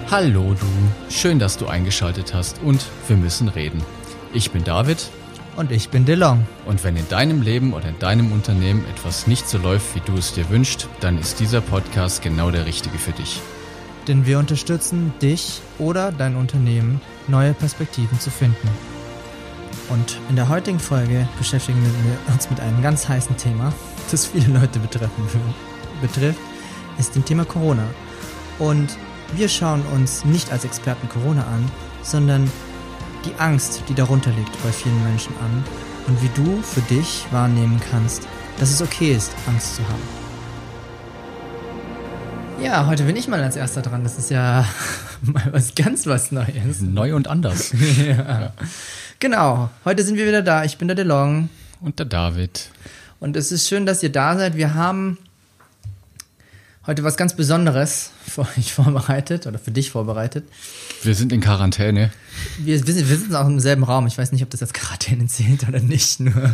Hallo du, schön, dass du eingeschaltet hast und wir müssen reden. Ich bin David. Und ich bin DeLong. Und wenn in deinem Leben oder in deinem Unternehmen etwas nicht so läuft, wie du es dir wünschst, dann ist dieser Podcast genau der richtige für dich. Denn wir unterstützen dich oder dein Unternehmen, neue Perspektiven zu finden. Und in der heutigen Folge beschäftigen wir uns mit einem ganz heißen Thema, das viele Leute betrifft, ist dem Thema Corona. Und wir schauen uns nicht als Experten Corona an, sondern die Angst, die darunter liegt bei vielen Menschen an und wie du für dich wahrnehmen kannst, dass es okay ist, Angst zu haben. Ja, heute bin ich mal als Erster dran. Das ist ja mal was Neues. Neu und anders. Ja. Genau, heute sind wir wieder da. Ich bin der DeLong. Und der David. Und es ist schön, dass ihr da seid. Wir haben heute was ganz Besonderes für euch vorbereitet oder für dich vorbereitet. Wir sind in Quarantäne. Wir sitzen auch im selben Raum. Ich weiß nicht, ob das als Quarantäne zählt oder nicht. Nur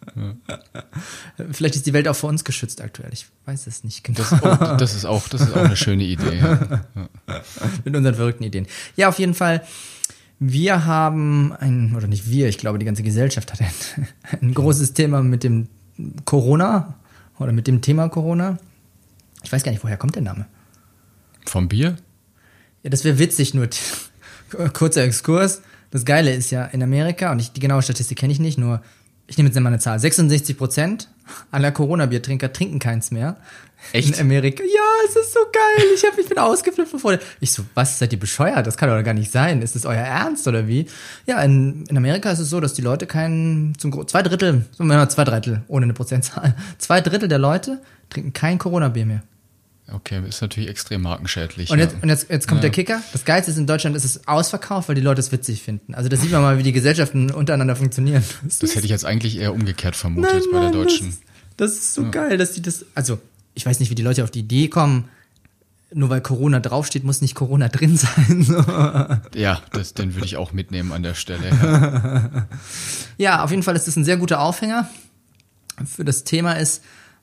vielleicht ist die Welt auch vor uns geschützt aktuell. Ich weiß es nicht genau. Das ist auch eine schöne Idee. Ja. Mit unseren verrückten Ideen. Ja, auf jeden Fall. Wir haben ich glaube, die ganze Gesellschaft hat ein großes Thema mit dem Corona oder mit dem Thema Corona. Ich weiß gar nicht, woher kommt der Name? Vom Bier? Ja, das wäre witzig, nur kurzer Exkurs. Das Geile ist ja in Amerika, und die genaue Statistik kenne ich nicht, nur ich nehme jetzt mal eine Zahl, 66% aller Corona-Biertrinker trinken keins mehr. Echt? In Amerika. Ja, es ist so geil. Ich bin ausgeflippt von Freude. Ich so, was, seid ihr bescheuert? Das kann doch gar nicht sein. Ist das euer Ernst oder wie? Ja, in Amerika ist es so, dass die Leute zwei Drittel, ohne eine Prozentzahl, 2/3 der Leute trinken kein Corona-Bier mehr. Okay, ist natürlich extrem markenschädlich. Und jetzt kommt der Kicker. Das Geilste ist, in Deutschland ist es ausverkauft, weil die Leute es witzig finden. Also das sieht man mal, wie die Gesellschaften untereinander funktionieren. Das hätte ich jetzt eigentlich eher umgekehrt vermutet bei der Deutschen. Das ist so geil, dass die das... Also, ich weiß nicht, wie die Leute auf die Idee kommen, nur weil Corona draufsteht, muss nicht Corona drin sein. So. Ja, den würde ich auch mitnehmen an der Stelle. Ja. Ja, auf jeden Fall ist das ein sehr guter Aufhänger für das Thema ist,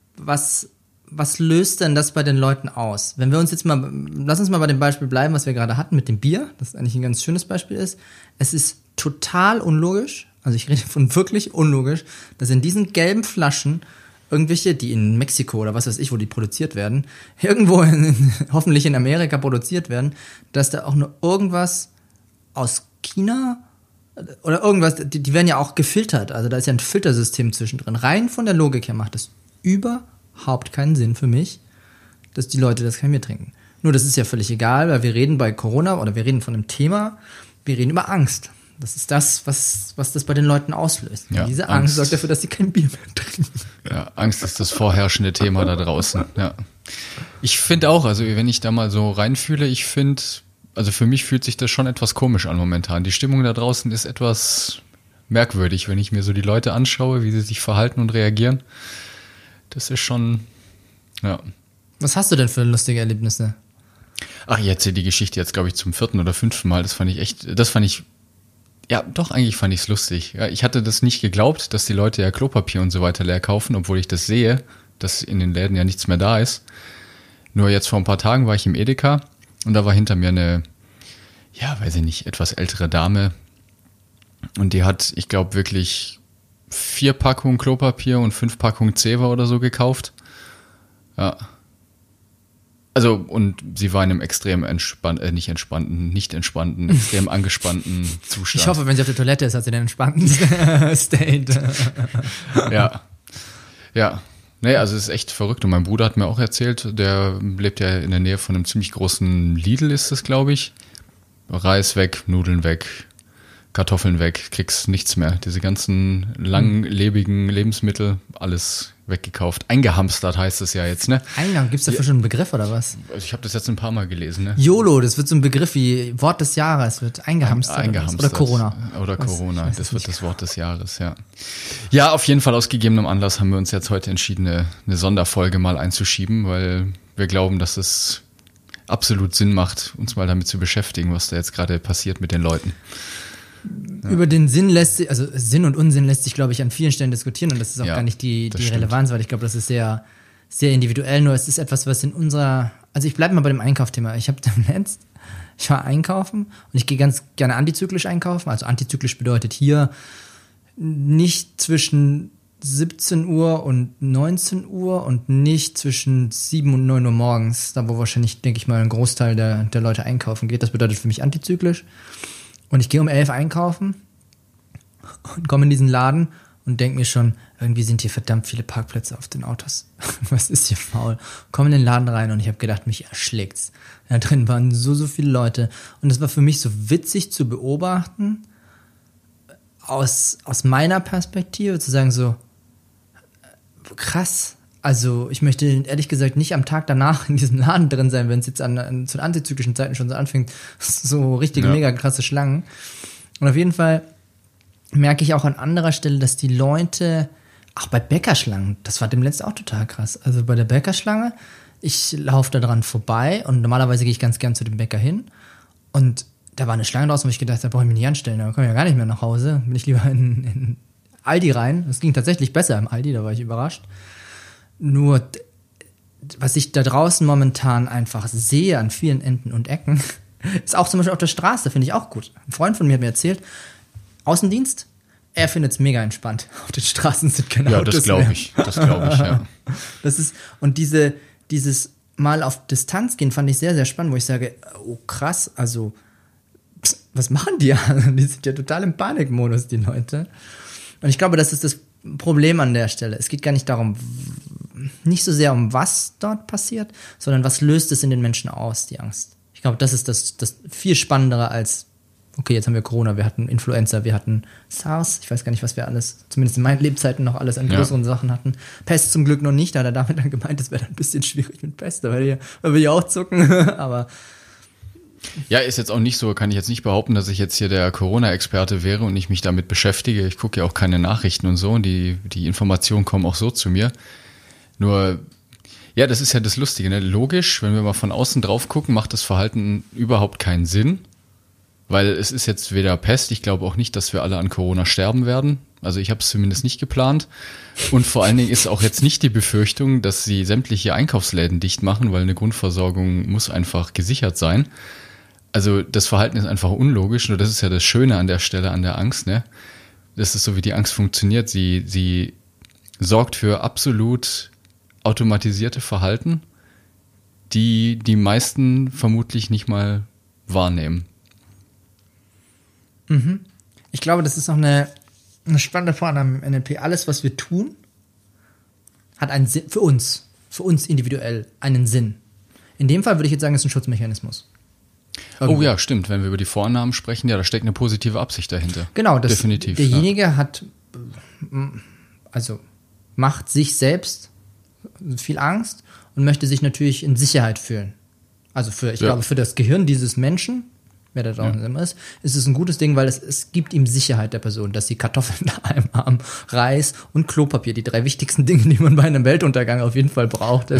was löst denn das bei den Leuten aus? Wenn wir uns jetzt lass uns mal bei dem Beispiel bleiben, was wir gerade hatten mit dem Bier, das eigentlich ein ganz schönes Beispiel ist. Es ist total unlogisch, also ich rede von wirklich unlogisch, dass in diesen gelben Flaschen irgendwelche, die in Mexiko oder was weiß ich, wo die produziert werden, irgendwo hoffentlich in Amerika produziert werden, dass da auch nur irgendwas aus China oder irgendwas, die werden ja auch gefiltert, also da ist ja ein Filtersystem zwischendrin. Rein von der Logik her macht das überhaupt keinen Sinn für mich, dass die Leute das kein Bier trinken. Nur das ist ja völlig egal, weil wir reden bei Corona oder wir reden von einem Thema, wir reden über Angst. Das ist das, was das bei den Leuten auslöst. Ja, und diese Angst sorgt dafür, dass sie kein Bier mehr trinken. Ja, Angst ist das vorherrschende Thema da draußen. Ja. Ich finde auch, also wenn ich da mal so reinfühle, also für mich fühlt sich das schon etwas komisch an momentan. Die Stimmung da draußen ist etwas merkwürdig, wenn ich mir so die Leute anschaue, wie sie sich verhalten und reagieren. Das ist schon, ja. Was hast du denn für lustige Erlebnisse? Ach, ich erzähle die Geschichte jetzt, glaube ich, zum 4. oder 5. Mal. Eigentlich fand ich es lustig. Ja, ich hatte das nicht geglaubt, dass die Leute ja Klopapier und so weiter leer kaufen, obwohl ich das sehe, dass in den Läden ja nichts mehr da ist. Nur jetzt vor ein paar Tagen war ich im Edeka und da war hinter mir eine, etwas ältere Dame und die hat, ich glaube, wirklich 4 Packungen Klopapier und 5 Packungen Zewa oder so gekauft. Ja. Also, und sie war in einem extrem extrem angespannten Zustand. Ich hoffe, wenn sie auf der Toilette ist, hat sie einen entspannten State. Ja. Ja. Nee, also es ist echt verrückt. Und mein Bruder hat mir auch erzählt, der lebt ja in der Nähe von einem ziemlich großen Lidl, ist das, glaube ich. Reis weg, Nudeln weg, Kartoffeln weg, kriegst nichts mehr. Diese ganzen langlebigen Lebensmittel, alles weggekauft. Eingehamstert heißt es ja jetzt, ne? Gibt's dafür schon einen Begriff oder was? Also ich habe das jetzt ein paar Mal gelesen, ne? YOLO, das wird so ein Begriff wie Wort des Jahres, wird eingehamstert. Oder Corona. Oder Corona, das wird das Wort des Jahres, ja. Ja, auf jeden Fall aus gegebenem Anlass haben wir uns jetzt heute entschieden, eine Sonderfolge mal einzuschieben, weil wir glauben, dass es absolut Sinn macht, uns mal damit zu beschäftigen, was da jetzt gerade passiert mit den Leuten. Ja. Über den Sinn Sinn und Unsinn lässt sich, glaube ich, an vielen Stellen diskutieren und das ist auch gar nicht die Relevanz, weil ich glaube, das ist sehr, sehr individuell, nur es ist etwas, was in unserer, also ich bleibe mal bei dem Einkaufthema. Ich habe Ich war einkaufen und ich gehe ganz gerne antizyklisch einkaufen. Also antizyklisch bedeutet hier nicht zwischen 17 Uhr und 19 Uhr und nicht zwischen 7 und 9 Uhr morgens, da wo wahrscheinlich, denke ich mal, ein Großteil der Leute einkaufen geht. Das bedeutet für mich antizyklisch. Und ich gehe um 11 einkaufen und komme in diesen Laden und denke mir schon, irgendwie sind hier verdammt viele Parkplätze auf den Autos. Was ist hier faul? Komme in den Laden rein und ich habe gedacht, mich erschlägt's. Da drin waren so viele Leute. Und es war für mich so witzig zu beobachten, aus meiner Perspektive, zu sagen so, krass. Also ich möchte ehrlich gesagt nicht am Tag danach in diesem Laden drin sein, wenn es jetzt zu den antizyklischen Zeiten schon so anfängt, so richtige mega krasse Schlangen. Und auf jeden Fall merke ich auch an anderer Stelle, dass die Leute, auch bei Bäckerschlangen, das war dem letzten auch total krass. Also bei der Bäckerschlange, ich laufe da dran vorbei und normalerweise gehe ich ganz gern zu dem Bäcker hin und da war eine Schlange draußen, wo ich gedacht habe, da brauche ich mich nicht anstellen, da komme ich ja gar nicht mehr nach Hause, bin ich lieber in Aldi rein. Das ging tatsächlich besser im Aldi, da war ich überrascht. Nur, was ich da draußen momentan einfach sehe an vielen Enden und Ecken, ist auch zum Beispiel auf der Straße, finde ich auch gut. Ein Freund von mir hat mir erzählt, Außendienst, er findet es mega entspannt. Auf den Straßen sind keine Autos das glaube ich. Das glaube ich, ja. Das ist, und dieses Mal auf Distanz gehen fand ich sehr, sehr spannend, wo ich sage, oh krass, also was machen die? Die sind ja total im Panikmodus, die Leute. Und ich glaube, das ist das Problem an der Stelle. Es geht gar nicht darum, nicht so sehr um was dort passiert, sondern was löst es in den Menschen aus, die Angst. Ich glaube, das ist das viel Spannendere als, okay, jetzt haben wir Corona, wir hatten Influenza, wir hatten SARS, ich weiß gar nicht, was wir alles, zumindest in meinen Lebzeiten noch alles an größeren Sachen hatten. Pest zum Glück noch nicht, da hat er damit dann gemeint, es wäre dann ein bisschen schwierig mit Pest, weil wir ja auch zucken, aber... Ja, ist jetzt auch nicht so, kann ich jetzt nicht behaupten, dass ich jetzt hier der Corona-Experte wäre und ich mich damit beschäftige. Ich gucke ja auch keine Nachrichten und so und die Informationen kommen auch so zu mir. Nur, ja, das ist ja das Lustige, ne? Logisch, wenn wir mal von außen drauf gucken, macht das Verhalten überhaupt keinen Sinn, weil es ist jetzt weder Pest, ich glaube auch nicht, dass wir alle an Corona sterben werden. Also ich habe es zumindest nicht geplant. Und vor allen Dingen ist auch jetzt nicht die Befürchtung, dass sie sämtliche Einkaufsläden dicht machen, weil eine Grundversorgung muss einfach gesichert sein. Also das Verhalten ist einfach unlogisch, nur das ist ja das Schöne an der Stelle, an der Angst, ne? Das ist so, wie die Angst funktioniert. Sie sorgt für absolut automatisierte Verhalten, die die meisten vermutlich nicht mal wahrnehmen. Mhm. Ich glaube, das ist auch eine spannende Frage am NLP. Alles, was wir tun, hat einen Sinn für uns individuell einen Sinn. In dem Fall würde ich jetzt sagen, es ist ein Schutzmechanismus. Irgendwo. Oh ja, stimmt. Wenn wir über die Vornamen sprechen, ja, da steckt eine positive Absicht dahinter. Genau, definitiv. Derjenige hat, also macht sich selbst viel Angst und möchte sich natürlich in Sicherheit fühlen. Also ich glaube, für das Gehirn dieses Menschen, wer da draußen immer ist es ein gutes Ding, weil es gibt ihm Sicherheit der Person, dass sie Kartoffeln daheim haben, Reis und Klopapier, die 3 wichtigsten Dinge, die man bei einem Weltuntergang auf jeden Fall braucht.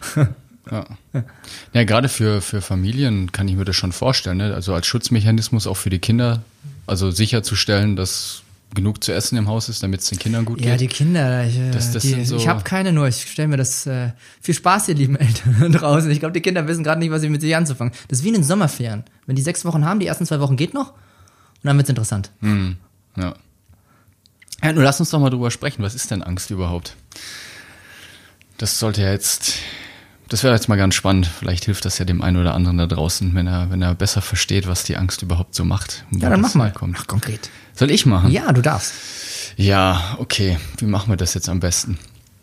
Ja, gerade für Familien kann ich mir das schon vorstellen, ne? Also als Schutzmechanismus auch für die Kinder, also sicherzustellen, dass genug zu essen im Haus ist, damit es den Kindern gut geht. Ja, die Kinder, ich habe keine, nur ich stelle mir das, viel Spaß, ihr lieben Eltern draußen. Ich glaube, die Kinder wissen gerade nicht, was sie mit sich anzufangen. Das ist wie in den Sommerferien. Wenn die 6 Wochen haben, die ersten 2 Wochen geht noch und dann wird's interessant. Ja, nur lass uns doch mal drüber sprechen. Was ist denn Angst überhaupt? Das wäre jetzt mal ganz spannend. Vielleicht hilft das ja dem einen oder anderen da draußen, wenn er besser versteht, was die Angst überhaupt so macht. Ja, dann mach mal. Ach, konkret. Soll ich machen? Ja, du darfst. Ja, okay. Wie machen wir das jetzt am besten?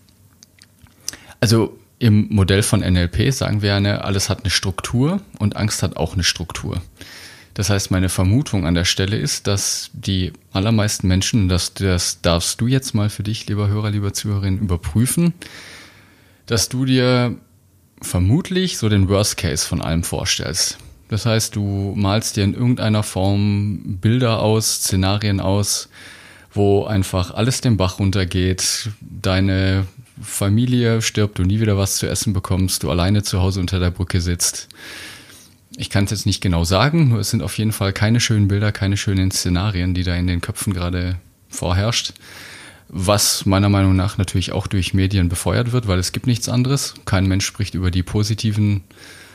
Also im Modell von NLP sagen wir ja, ne, alles hat eine Struktur und Angst hat auch eine Struktur. Das heißt, meine Vermutung an der Stelle ist, dass die allermeisten Menschen, das darfst du jetzt mal für dich, lieber Hörer, lieber Zuhörerin, überprüfen, dass du dir vermutlich so den Worst Case von allem vorstellst. Das heißt, du malst dir in irgendeiner Form Bilder aus, Szenarien aus, wo einfach alles den Bach runtergeht, deine Familie stirbt, du nie wieder was zu essen bekommst, du alleine zu Hause unter der Brücke sitzt. Ich kann es jetzt nicht genau sagen, nur es sind auf jeden Fall keine schönen Bilder, keine schönen Szenarien, die da in den Köpfen gerade vorherrscht. Was meiner Meinung nach natürlich auch durch Medien befeuert wird, weil es gibt nichts anderes. Kein Mensch spricht über die positiven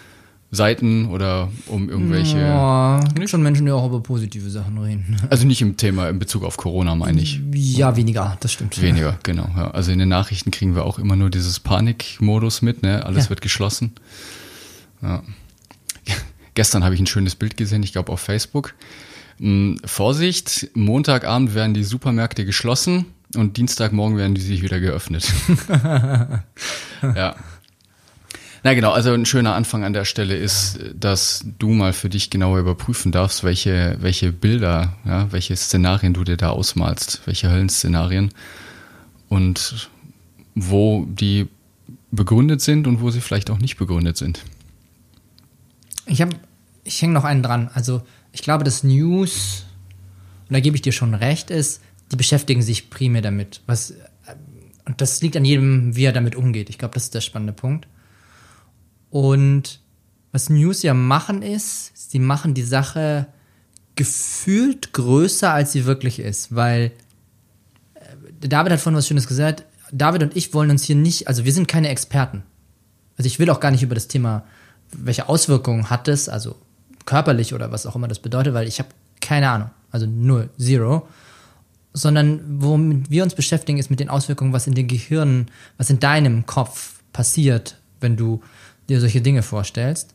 Seiten oder um irgendwelche... Ja, gibt schon Menschen, die auch über positive Sachen reden. Also nicht im Thema, in Bezug auf Corona, meine ich. Ja, weniger, das stimmt. Weniger, genau. Ja. Also in den Nachrichten kriegen wir auch immer nur dieses Panikmodus mit, ne? Alles wird geschlossen. Ja. Gestern habe ich ein schönes Bild gesehen, ich glaube auf Facebook. Vorsicht, Montagabend werden die Supermärkte geschlossen und Dienstagmorgen werden die sich wieder geöffnet. Ja. Na genau, also ein schöner Anfang an der Stelle ist, dass du mal für dich genauer überprüfen darfst, welche Bilder, ja, welche Szenarien du dir da ausmalst, welche Höllenszenarien und wo die begründet sind und wo sie vielleicht auch nicht begründet sind. Ich hänge noch einen dran. Also ich glaube, dass News, und da gebe ich dir schon recht, ist, die beschäftigen sich primär damit. Und das liegt an jedem, wie er damit umgeht. Ich glaube, das ist der spannende Punkt. Und was News ja machen ist, sie machen die Sache gefühlt größer, als sie wirklich ist. Weil David hat vorhin was Schönes gesagt. David und ich wollen uns hier nicht, also wir sind keine Experten. Also ich will auch gar nicht über das Thema, welche Auswirkungen hat es, also körperlich oder was auch immer das bedeutet, weil ich habe keine Ahnung, also null, zero. Sondern womit wir uns beschäftigen, ist mit den Auswirkungen, was in den Gehirnen, was in deinem Kopf passiert, wenn du dir solche Dinge vorstellst.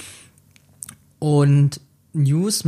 Und News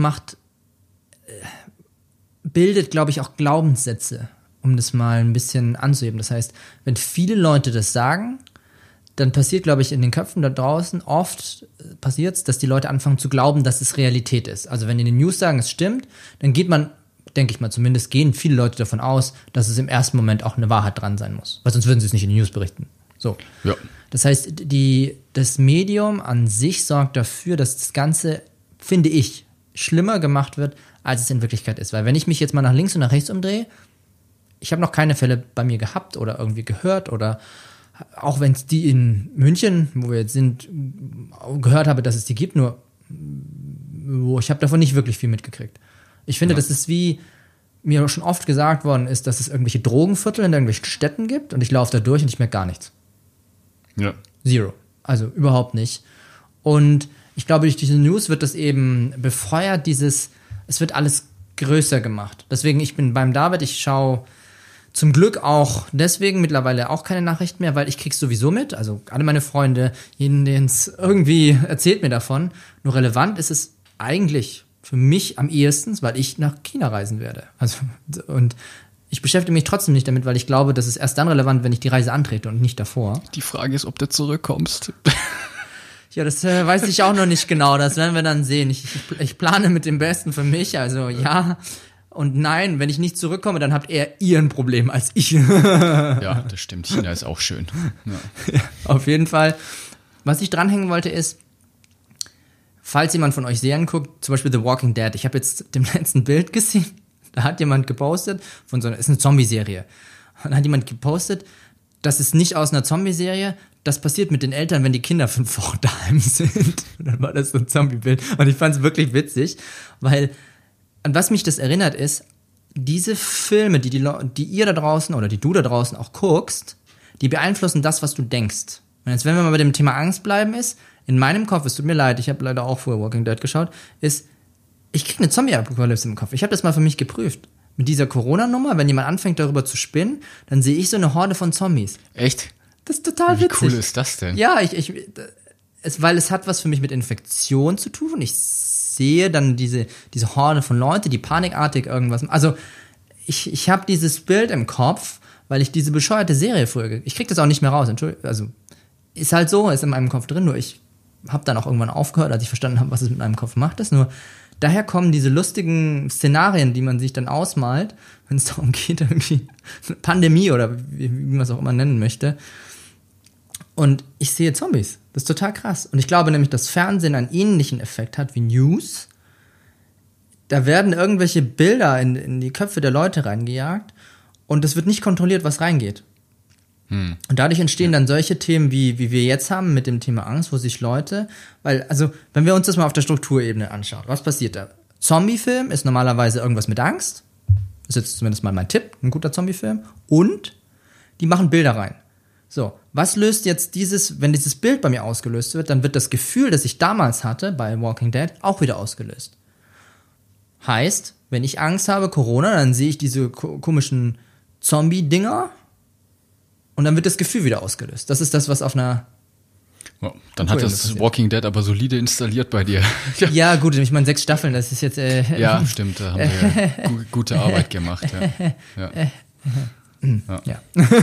bildet, glaube ich, auch Glaubenssätze, um das mal ein bisschen anzuheben. Das heißt, wenn viele Leute das sagen, dann passiert, glaube ich, in den Köpfen da draußen oft passiert's, dass die Leute anfangen zu glauben, dass es Realität ist. Also wenn die in den News sagen, es stimmt, dann geht man, denke ich mal zumindest, gehen viele Leute davon aus, dass es im ersten Moment auch eine Wahrheit dran sein muss. Weil sonst würden sie es nicht in den News berichten. So. Ja. Das heißt, das Medium an sich sorgt dafür, dass das Ganze, finde ich, schlimmer gemacht wird, als es in Wirklichkeit ist. Weil wenn ich mich jetzt mal nach links und nach rechts umdrehe, ich habe noch keine Fälle bei mir gehabt oder irgendwie gehört oder auch wenn es die in München, wo wir jetzt sind, gehört habe, dass es die gibt, nur ich habe davon nicht wirklich viel mitgekriegt. Ich finde, das ist wie mir schon oft gesagt worden ist, dass es irgendwelche Drogenviertel in irgendwelchen Städten gibt und ich laufe da durch und ich merke gar nichts. Ja. Zero. Also überhaupt nicht. Und ich glaube, durch diese News wird das eben befeuert, es wird alles größer gemacht. Deswegen, ich bin beim David, ich schaue zum Glück auch deswegen mittlerweile auch keine Nachrichten mehr, weil ich krieg's sowieso mit. Also alle meine Freunde, jeden, den es irgendwie erzählt mir davon. Nur relevant ist es eigentlich für mich am ehesten, weil ich nach China reisen werde. Also, und ich beschäftige mich trotzdem nicht damit, weil ich glaube, das ist erst dann relevant, wenn ich die Reise antrete und nicht davor. Die Frage ist, ob du zurückkommst. Ja, das weiß ich auch noch nicht genau. Das werden wir dann sehen. Ich plane mit dem Besten für mich. Also ja und nein. Wenn ich nicht zurückkomme, dann habt ihr ein Problem als ich. Ja, das stimmt. China ist auch schön. Ja. Auf jeden Fall. Was ich dranhängen wollte ist, falls jemand von euch Serien guckt, zum Beispiel The Walking Dead. Ich habe jetzt dem letzten Bild gesehen. Da hat jemand gepostet, ist eine Zombie-Serie. Und da hat jemand gepostet, das ist nicht aus einer Zombie-Serie, das passiert mit den Eltern, wenn die Kinder 5 Wochen daheim sind. Und dann war das so ein Zombie-Bild. Und ich fand es wirklich witzig, weil, an was mich das erinnert ist, diese Filme, die ihr da draußen oder die du da draußen auch guckst, die beeinflussen das, was du denkst. Und jetzt, wenn wir mal bei dem Thema Angst bleiben, ist, in meinem Kopf, es tut mir leid, ich habe leider auch vorher Walking Dead geschaut, ist, ich kriege eine Zombie-Apokalypse im Kopf. Ich habe das mal für mich geprüft. Mit dieser Corona-Nummer, wenn jemand anfängt darüber zu spinnen, dann sehe ich so eine Horde von Zombies. Echt? Das ist total witzig. Wie cool ist das denn? Ja, weil es hat was für mich mit Infektion zu tun. Ich sehe dann diese Horde von Leuten, die panikartig irgendwas. Also ich habe dieses Bild im Kopf, weil ich diese bescheuerte Serie früher. Ich kriege das auch nicht mehr raus. Entschuldigung. Also ist halt so, ist in meinem Kopf drin. Nur ich habe dann auch irgendwann aufgehört, als ich verstanden habe, was es mit meinem Kopf macht. Das nur daher kommen diese lustigen Szenarien, die man sich dann ausmalt, wenn es darum geht, irgendwie eine Pandemie oder wie man es auch immer nennen möchte. Und ich sehe Zombies. Das ist total krass. Und ich glaube nämlich, dass Fernsehen einen ähnlichen Effekt hat wie News. Da werden irgendwelche Bilder in die Köpfe der Leute reingejagt und es wird nicht kontrolliert, was reingeht. Und dadurch entstehen dann solche Themen, wie wir jetzt haben mit dem Thema Angst, wo sich Leute, also wenn wir uns das mal auf der Strukturebene anschauen, was passiert da? Zombie-Film ist normalerweise irgendwas mit Angst. Das ist jetzt zumindest mal mein Tipp, ein guter Zombie-Film. Und die machen Bilder rein. So, was löst jetzt wenn dieses Bild bei mir ausgelöst wird, dann wird das Gefühl, das ich damals hatte bei Walking Dead, auch wieder ausgelöst. Heißt, wenn ich Angst habe, Corona, dann sehe ich diese komischen Zombie-Dinger und dann wird das Gefühl wieder ausgelöst. Das ist das, was auf einer... Oh, dann hat das Walking Dead aber solide installiert bei dir. Ja, gut, ich meine 6 Staffeln, das ist jetzt... ja, stimmt, da haben wir gute Arbeit gemacht. Ja.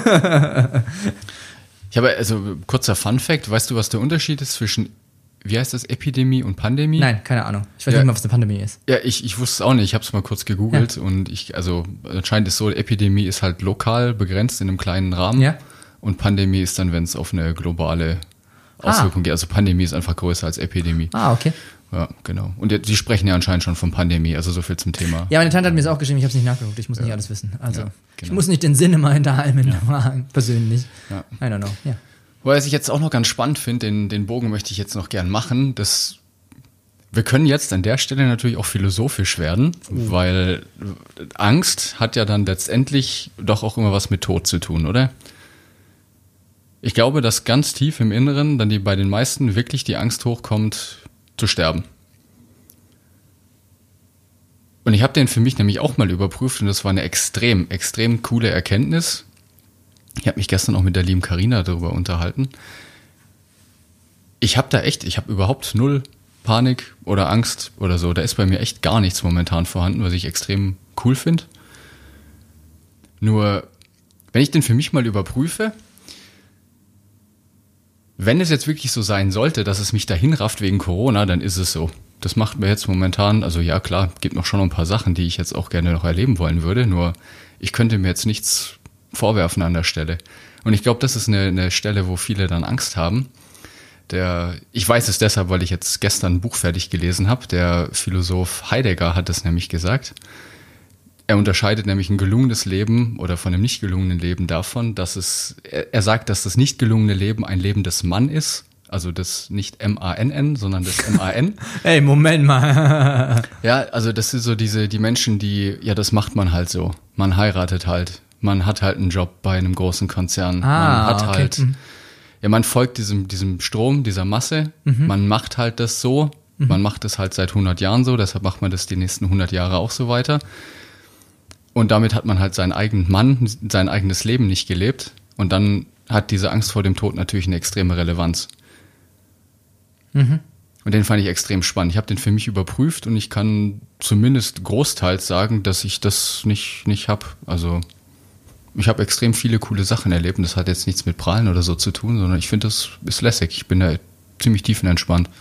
Ich habe, also kurzer Fun-Fact, weißt du, was der Unterschied ist zwischen, wie heißt das, Epidemie und Pandemie? Nein, keine Ahnung. Ich weiß nicht mal, was eine Pandemie ist. Ja, ich wusste es auch nicht, ich habe es mal kurz gegoogelt und anscheinend ist so, Epidemie ist halt lokal begrenzt in einem kleinen Rahmen und Pandemie ist dann, wenn es auf eine globale Auswirkung geht. Also Pandemie ist einfach größer als Epidemie. Ah, okay. Ja, genau. Und die sprechen ja anscheinend schon von Pandemie, also so viel zum Thema. Ja, meine Tante hat mir das auch geschrieben, ich habe es nicht nachgeguckt, ich muss nicht alles wissen. Also, ich muss nicht den Sinn immer hinterhalten hinterfragen, persönlich. Ja. I don't know, ja. Was ich jetzt auch noch ganz spannend finde, den Bogen möchte ich jetzt noch gern machen, wir können jetzt an der Stelle natürlich auch philosophisch werden, weil Angst hat ja dann letztendlich doch auch immer was mit Tod zu tun, oder? Ich glaube, dass ganz tief im Inneren dann bei den meisten wirklich die Angst hochkommt, zu sterben. Und ich habe den für mich nämlich auch mal überprüft und das war eine extrem, extrem coole Erkenntnis. Ich habe mich gestern auch mit der lieben Carina darüber unterhalten. Ich habe überhaupt null Panik oder Angst oder so. Da ist bei mir echt gar nichts momentan vorhanden, was ich extrem cool finde. Nur, wenn ich den für mich mal überprüfe, wenn es jetzt wirklich so sein sollte, dass es mich dahin rafft wegen Corona, dann ist es so. Das macht mir jetzt momentan, also ja klar, gibt noch schon ein paar Sachen, die ich jetzt auch gerne noch erleben wollen würde, nur ich könnte mir jetzt nichts vorwerfen an der Stelle. Und ich glaube, das ist eine Stelle, wo viele dann Angst haben. Ich weiß es deshalb, weil ich jetzt gestern ein Buch fertig gelesen habe. Der Philosoph Heidegger hat es nämlich gesagt. Er unterscheidet nämlich ein gelungenes Leben oder von einem nicht gelungenen Leben davon, dass er sagt, dass das nicht gelungene Leben ein Leben des Mann ist. Also das nicht M-A-N-N, sondern das M-A-N. Ey, Moment mal. Ja, also das sind so die Menschen, das macht man halt so. Man heiratet halt. Man hat halt einen Job bei einem großen Konzern. Man hat halt, man folgt diesem Strom, dieser Masse. Man macht halt das so. Man macht das halt seit 100 Jahren so. Deshalb macht man das die nächsten 100 Jahre auch so weiter. Und damit hat man halt sein eigenes Leben nicht gelebt. Und dann hat diese Angst vor dem Tod natürlich eine extreme Relevanz. Und den fand ich extrem spannend. Ich habe den für mich überprüft und ich kann zumindest großteils sagen, dass ich das nicht habe. Also ich habe extrem viele coole Sachen erlebt und das hat jetzt nichts mit Prahlen oder so zu tun, sondern ich finde, das ist lässig. Ich bin da ziemlich tiefenentspannt.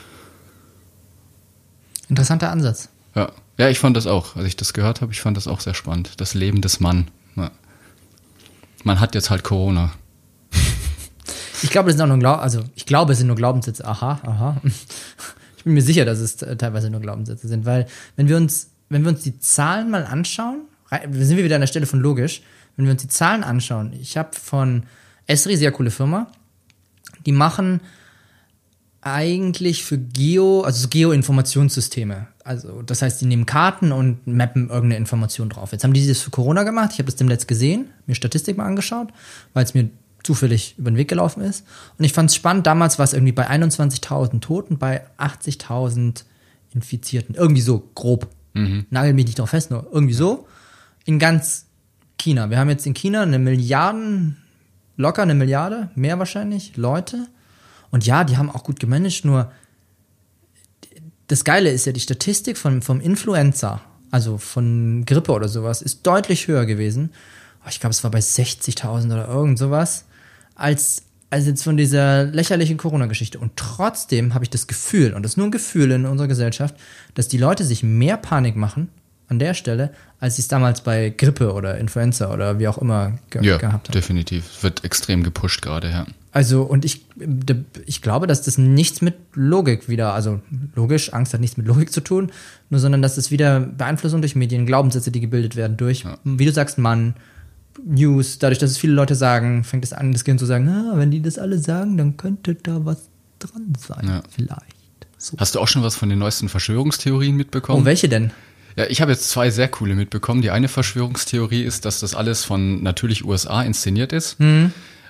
Interessanter Ansatz. Ja, ich fand das auch. Als ich das gehört habe, ich fand das auch sehr spannend. Das Leben des Mann. Ja. Man hat jetzt halt Corona. Ich glaube, es sind nur Glaubenssätze. Aha. Ich bin mir sicher, dass es teilweise nur Glaubenssätze sind, weil wenn wir uns die Zahlen mal anschauen, sind wir wieder an der Stelle von logisch, wenn wir uns die Zahlen anschauen, ich habe von Esri, sehr coole Firma, die machen eigentlich für Geoinformationssysteme. Also das heißt, die nehmen Karten und mappen irgendeine Information drauf. Jetzt haben die das für Corona gemacht. Ich habe das demnächst gesehen, mir Statistik mal angeschaut, weil es mir zufällig über den Weg gelaufen ist. Und ich fand es spannend. Damals war es irgendwie bei 21.000 Toten, bei 80.000 Infizierten. Irgendwie so grob. Nagel mich nicht drauf fest, nur irgendwie so. In ganz China. Wir haben jetzt in China locker eine Milliarde, mehr wahrscheinlich, Leute. Und ja, die haben auch gut gemanagt, nur das Geile ist ja, die Statistik vom Influenza, also von Grippe oder sowas, ist deutlich höher gewesen. Ich glaube, es war bei 60.000 oder irgend sowas, als jetzt von dieser lächerlichen Corona-Geschichte. Und trotzdem habe ich das Gefühl, und das ist nur ein Gefühl in unserer Gesellschaft, dass die Leute sich mehr Panik machen an der Stelle, als sie es damals bei Grippe oder Influenza oder wie auch immer gehabt haben. Ja, definitiv. Wird extrem gepusht gerade, ja. Also, und ich glaube, dass das nichts mit Logik wieder, also logisch, Angst hat nichts mit Logik zu tun, nur sondern dass das wieder Beeinflussung durch Medien, Glaubenssätze, die gebildet werden durch, wie du sagst, Mann, News, dadurch, dass es viele Leute sagen, fängt es an, das Gehirn zu sagen, wenn die das alle sagen, dann könnte da was dran sein, vielleicht. So. Hast du auch schon was von den neuesten Verschwörungstheorien mitbekommen? Oh, welche denn? Ja, ich habe jetzt 2 sehr coole mitbekommen. Die eine Verschwörungstheorie ist, dass das alles von natürlich USA inszeniert ist.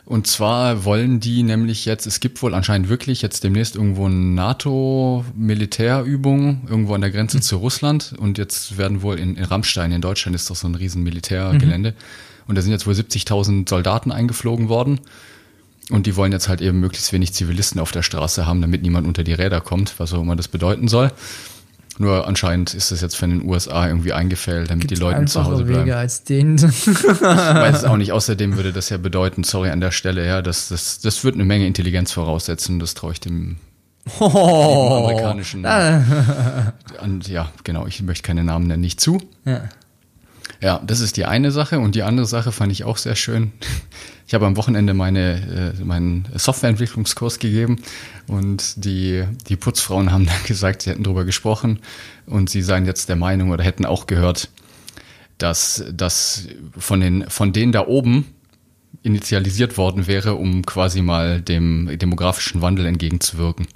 Und zwar wollen die nämlich jetzt, es gibt wohl anscheinend wirklich jetzt demnächst irgendwo eine NATO-Militärübung irgendwo an der Grenze zu Russland. Und jetzt werden wohl in Rammstein in Deutschland ist doch so ein riesen Militärgelände. Und da sind jetzt wohl 70.000 Soldaten eingeflogen worden. Und die wollen jetzt halt eben möglichst wenig Zivilisten auf der Straße haben, damit niemand unter die Räder kommt, was auch immer das bedeuten soll. Nur anscheinend ist das jetzt von den USA irgendwie eingefällt, damit die Leute zu Hause bleiben. Wege als den. Ich weiß es auch nicht. Außerdem würde das ja bedeuten, sorry an der Stelle, ja, das wird eine Menge Intelligenz voraussetzen. Das traue ich dem amerikanischen. Ja, genau. Ich möchte keine Namen nennen, nicht zu. Ja, das ist die eine Sache. Und die andere Sache fand ich auch sehr schön. Ich habe am Wochenende meinen Softwareentwicklungskurs gegeben und die Putzfrauen haben dann gesagt, sie hätten darüber gesprochen und sie seien jetzt der Meinung oder hätten auch gehört, dass das von denen da oben initialisiert worden wäre, um quasi mal dem demografischen Wandel entgegenzuwirken.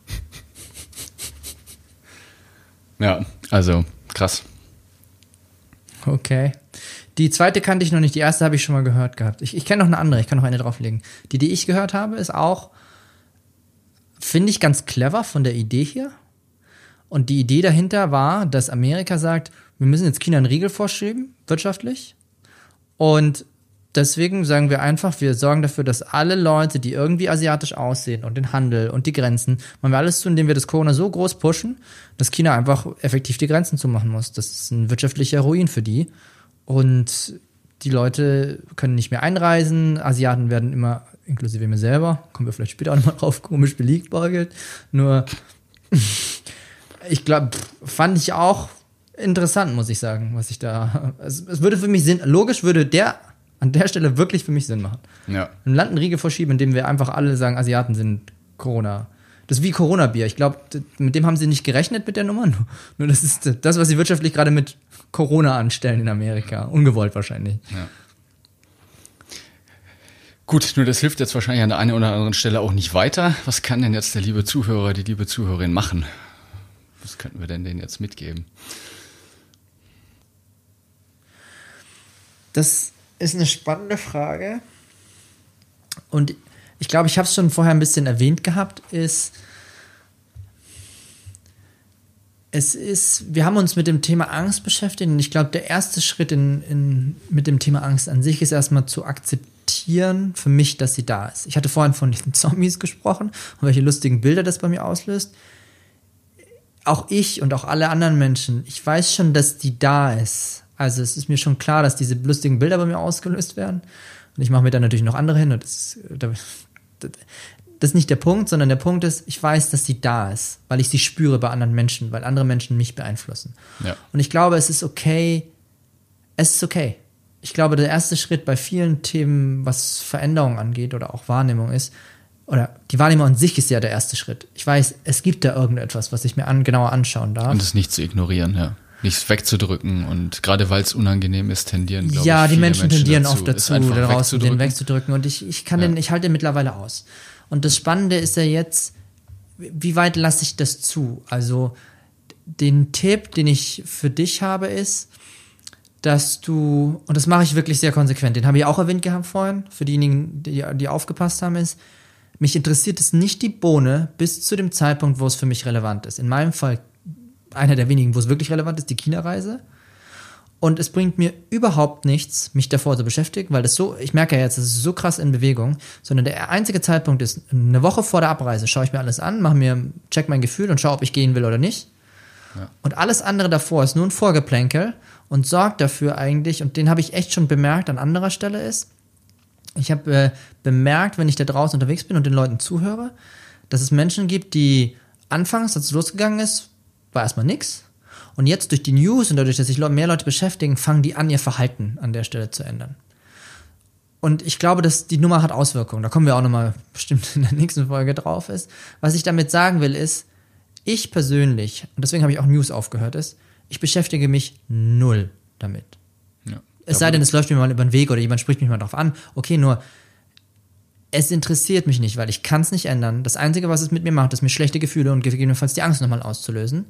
Ja, also krass. Okay. Die zweite kannte ich noch nicht, die erste habe ich schon mal gehört gehabt. Ich kenne noch eine andere, ich kann noch eine drauflegen. Die ich gehört habe, ist auch, finde ich ganz clever von der Idee hier. Und die Idee dahinter war, dass Amerika sagt, wir müssen jetzt China einen Riegel vorschieben, wirtschaftlich. Und deswegen sagen wir einfach, wir sorgen dafür, dass alle Leute, die irgendwie asiatisch aussehen und den Handel und die Grenzen, machen wir alles tun, indem wir das Corona so groß pushen, dass China einfach effektiv die Grenzen zumachen muss. Das ist ein wirtschaftlicher Ruin für die. Und die Leute können nicht mehr einreisen. Asiaten werden immer, inklusive mir selber, kommen wir vielleicht später auch nochmal drauf, komisch beliebäugelt. Nur, ich glaube, fand ich auch interessant, muss ich sagen, was ich da. Es würde für mich logisch würde an der Stelle wirklich für mich Sinn machen. Ja. Ein Land einen Riegel vorschieben, indem wir einfach alle sagen, Asiaten sind Corona. Das ist wie Corona-Bier. Ich glaube, mit dem haben sie nicht gerechnet mit der Nummer. Nur das ist das, was sie wirtschaftlich gerade mit Corona anstellen in Amerika. Ungewollt wahrscheinlich. Ja. Gut, nur das hilft jetzt wahrscheinlich an der einen oder anderen Stelle auch nicht weiter. Was kann denn jetzt der liebe Zuhörer, die liebe Zuhörerin machen? Was könnten wir denn denen jetzt mitgeben? Das ist eine spannende Frage. Und ich glaube, ich habe es schon vorher ein bisschen erwähnt gehabt, wir haben uns mit dem Thema Angst beschäftigt und ich glaube, der erste Schritt mit dem Thema Angst an sich ist erstmal zu akzeptieren für mich, dass sie da ist. Ich hatte vorhin von den Zombies gesprochen und welche lustigen Bilder das bei mir auslöst. Auch ich und auch alle anderen Menschen, ich weiß schon, dass die da ist. Also es ist mir schon klar, dass diese lustigen Bilder bei mir ausgelöst werden. Und ich mache mir dann natürlich noch andere hin. Und das ist nicht der Punkt, sondern der Punkt ist, ich weiß, dass sie da ist, weil ich sie spüre bei anderen Menschen, weil andere Menschen mich beeinflussen. Ja. Und ich glaube, es ist okay. Ich glaube, der erste Schritt bei vielen Themen, was Veränderung angeht oder auch Wahrnehmung ist, oder die Wahrnehmung an sich ist ja der erste Schritt. Ich weiß, es gibt da irgendetwas, was ich mir genauer anschauen darf. Und es nicht zu ignorieren, ja. Nichts wegzudrücken und gerade weil es unangenehm ist, tendieren, glaube ich, ja, die viele Menschen tendieren oft dazu, daraus den wegzudrücken und ich halte den mittlerweile aus. Und das Spannende ist ja jetzt, wie weit lasse ich das zu? Also den Tipp, den ich für dich habe, ist, dass du, und das mache ich wirklich sehr konsequent, den habe ich auch erwähnt gehabt vorhin, für diejenigen, die aufgepasst haben, ist, mich interessiert es nicht die Bohne bis zu dem Zeitpunkt, wo es für mich relevant ist. In meinem Fall einer der wenigen, wo es wirklich relevant ist, die China-Reise. Und es bringt mir überhaupt nichts, mich davor zu beschäftigen, weil ich merke ja jetzt, das ist so krass in Bewegung, sondern der einzige Zeitpunkt ist, eine Woche vor der Abreise schaue ich mir alles an, check mein Gefühl und schaue, ob ich gehen will oder nicht. Ja. Und alles andere davor ist nur ein Vorgeplänkel und sorgt dafür eigentlich, und den habe ich echt schon bemerkt an anderer Stelle ist, ich habe bemerkt, wenn ich da draußen unterwegs bin und den Leuten zuhöre, dass es Menschen gibt, die anfangs, als es losgegangen ist, war erstmal nix. Und jetzt durch die News und dadurch, dass sich mehr Leute beschäftigen, fangen die an, ihr Verhalten an der Stelle zu ändern. Und ich glaube, dass die Nummer hat Auswirkungen. Da kommen wir auch nochmal bestimmt in der nächsten Folge drauf ist. Was ich damit sagen will, ist, ich persönlich, und deswegen habe ich auch News aufgehört, ich beschäftige mich null damit. Ja. Es sei denn, es läuft mir mal über den Weg oder jemand spricht mich mal drauf an. Okay, nur es interessiert mich nicht, weil ich kann es nicht ändern. Das Einzige, was es mit mir macht, ist mir schlechte Gefühle und gegebenenfalls die Angst nochmal auszulösen.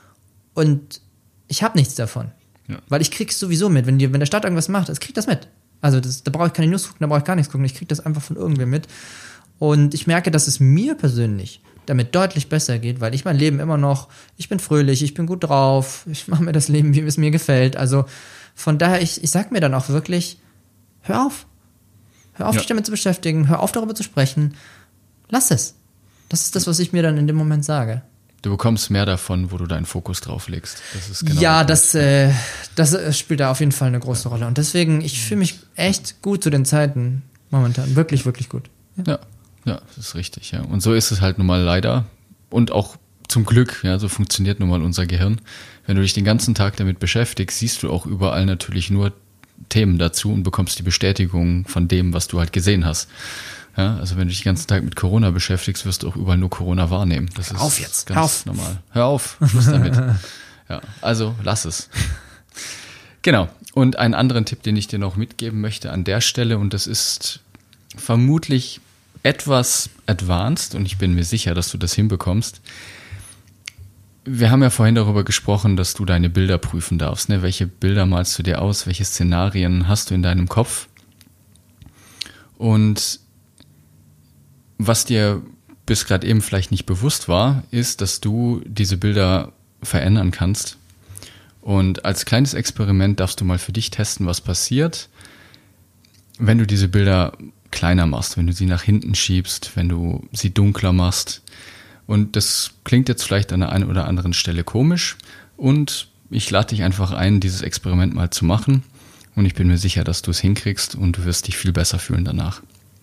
Und ich habe nichts davon. Ja. Weil ich krieg's sowieso mit. Wenn der Staat irgendwas macht, ich krieg das mit. Also da brauche ich keine News gucken, da brauche ich gar nichts gucken. Ich kriege das einfach von irgendwem mit. Und ich merke, dass es mir persönlich damit deutlich besser geht, weil ich mein Leben immer noch, ich bin fröhlich, ich bin gut drauf, ich mache mir das Leben, wie es mir gefällt. Also von daher, ich sag mir dann auch wirklich, hör auf. Hör auf, dich damit zu beschäftigen, hör auf, darüber zu sprechen. Lass es. Das ist das, was ich mir dann in dem Moment sage. Du bekommst mehr davon, wo du deinen Fokus drauf legst. Das ist genau ja, das spielt da auf jeden Fall eine große Rolle. Und deswegen, ich fühle mich echt gut zu den Zeiten momentan. Wirklich, wirklich gut. Ja, das ist richtig. Ja. Und so ist es halt nun mal leider. Und auch zum Glück, ja, so funktioniert nun mal unser Gehirn. Wenn du dich den ganzen Tag damit beschäftigst, siehst du auch überall natürlich nur Themen dazu und bekommst die Bestätigung von dem, was du halt gesehen hast. Ja, also wenn du dich den ganzen Tag mit Corona beschäftigst, wirst du auch überall nur Corona wahrnehmen. Das ist auf jetzt, ganz normal. Hör auf, Schluss damit. Ja, also lass es. Genau. Und einen anderen Tipp, den ich dir noch mitgeben möchte an der Stelle, und das ist vermutlich etwas advanced, und ich bin mir sicher, dass du das hinbekommst. Wir haben ja vorhin darüber gesprochen, dass du deine Bilder prüfen darfst. Ne? Welche Bilder malst du dir aus? Welche Szenarien hast du in deinem Kopf? Und was dir bis gerade eben vielleicht nicht bewusst war, ist, dass du diese Bilder verändern kannst. Und als kleines Experiment darfst du mal für dich testen, was passiert, wenn du diese Bilder kleiner machst, wenn du sie nach hinten schiebst, wenn du sie dunkler machst. Und das klingt jetzt vielleicht an der einen oder anderen Stelle komisch. Und ich lade dich einfach ein, dieses Experiment mal zu machen. Und ich bin mir sicher, dass du es hinkriegst und du wirst dich viel besser fühlen danach.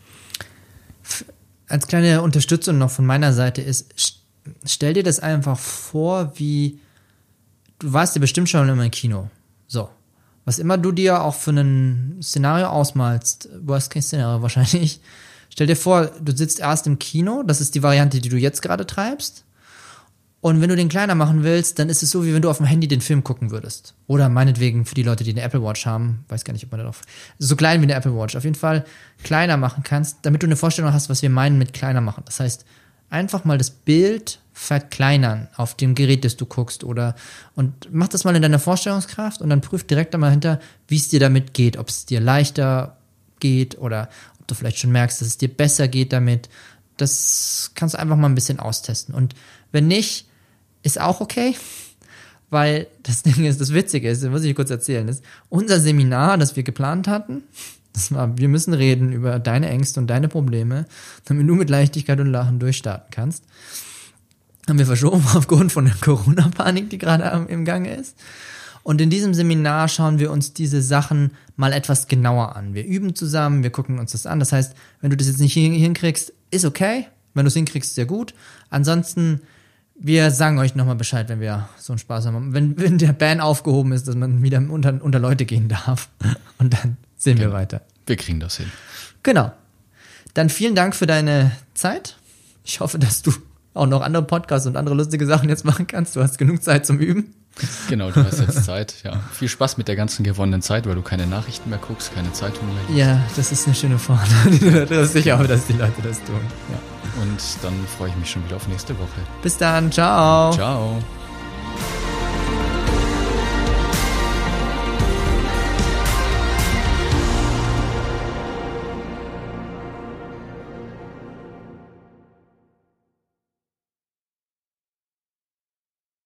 Als kleine Unterstützung noch von meiner Seite ist, stell dir das einfach vor, wie, du warst ja bestimmt schon immer im Kino. So. Was immer du dir auch für ein Szenario ausmalst, Worst-Case-Szenario wahrscheinlich, stell dir vor, du sitzt erst im Kino, das ist die Variante, die du jetzt gerade treibst. Und wenn du den kleiner machen willst, dann ist es so, wie wenn du auf dem Handy den Film gucken würdest. Oder meinetwegen für die Leute, die eine Apple Watch haben, weiß gar nicht, ob man darauf, so klein wie eine Apple Watch, auf jeden Fall kleiner machen kannst, damit du eine Vorstellung hast, was wir meinen mit kleiner machen. Das heißt, einfach mal das Bild verkleinern auf dem Gerät, das du guckst, und mach das mal in deiner Vorstellungskraft und dann prüf direkt einmal hinter, wie es dir damit geht, ob es dir leichter geht oder ob du vielleicht schon merkst, dass es dir besser geht damit. Das kannst du einfach mal ein bisschen austesten. Und wenn nicht, ist auch okay, weil das Ding ist, das Witzige ist, das muss ich kurz erzählen, ist, unser Seminar, das wir geplant hatten, das war, wir müssen reden über deine Ängste und deine Probleme, damit du mit Leichtigkeit und Lachen durchstarten kannst, haben wir verschoben aufgrund von der Corona-Panik, die gerade im Gange ist. Und in diesem Seminar schauen wir uns diese Sachen mal etwas genauer an. Wir üben zusammen, wir gucken uns das an. Das heißt, wenn du das jetzt nicht hinkriegst, ist okay. Wenn du es hinkriegst, sehr gut. Ansonsten, wir sagen euch nochmal Bescheid, wenn wir so einen Spaß haben. Wenn der Ban aufgehoben ist, dass man wieder unter Leute gehen darf. Und dann sehen wir weiter. Wir kriegen das hin. Genau. Dann vielen Dank für deine Zeit. Ich hoffe, dass du auch noch andere Podcasts und andere lustige Sachen jetzt machen kannst. Du hast genug Zeit zum Üben. Genau, du hast jetzt Zeit. Ja, viel Spaß mit der ganzen gewonnenen Zeit, weil du keine Nachrichten mehr guckst, keine Zeitungen mehr liest. Ja, das ist eine schöne Form. Du bist sicher, dass die Leute das tun. Ja. Und dann freue ich mich schon wieder auf nächste Woche. Bis dann, ciao. Ciao.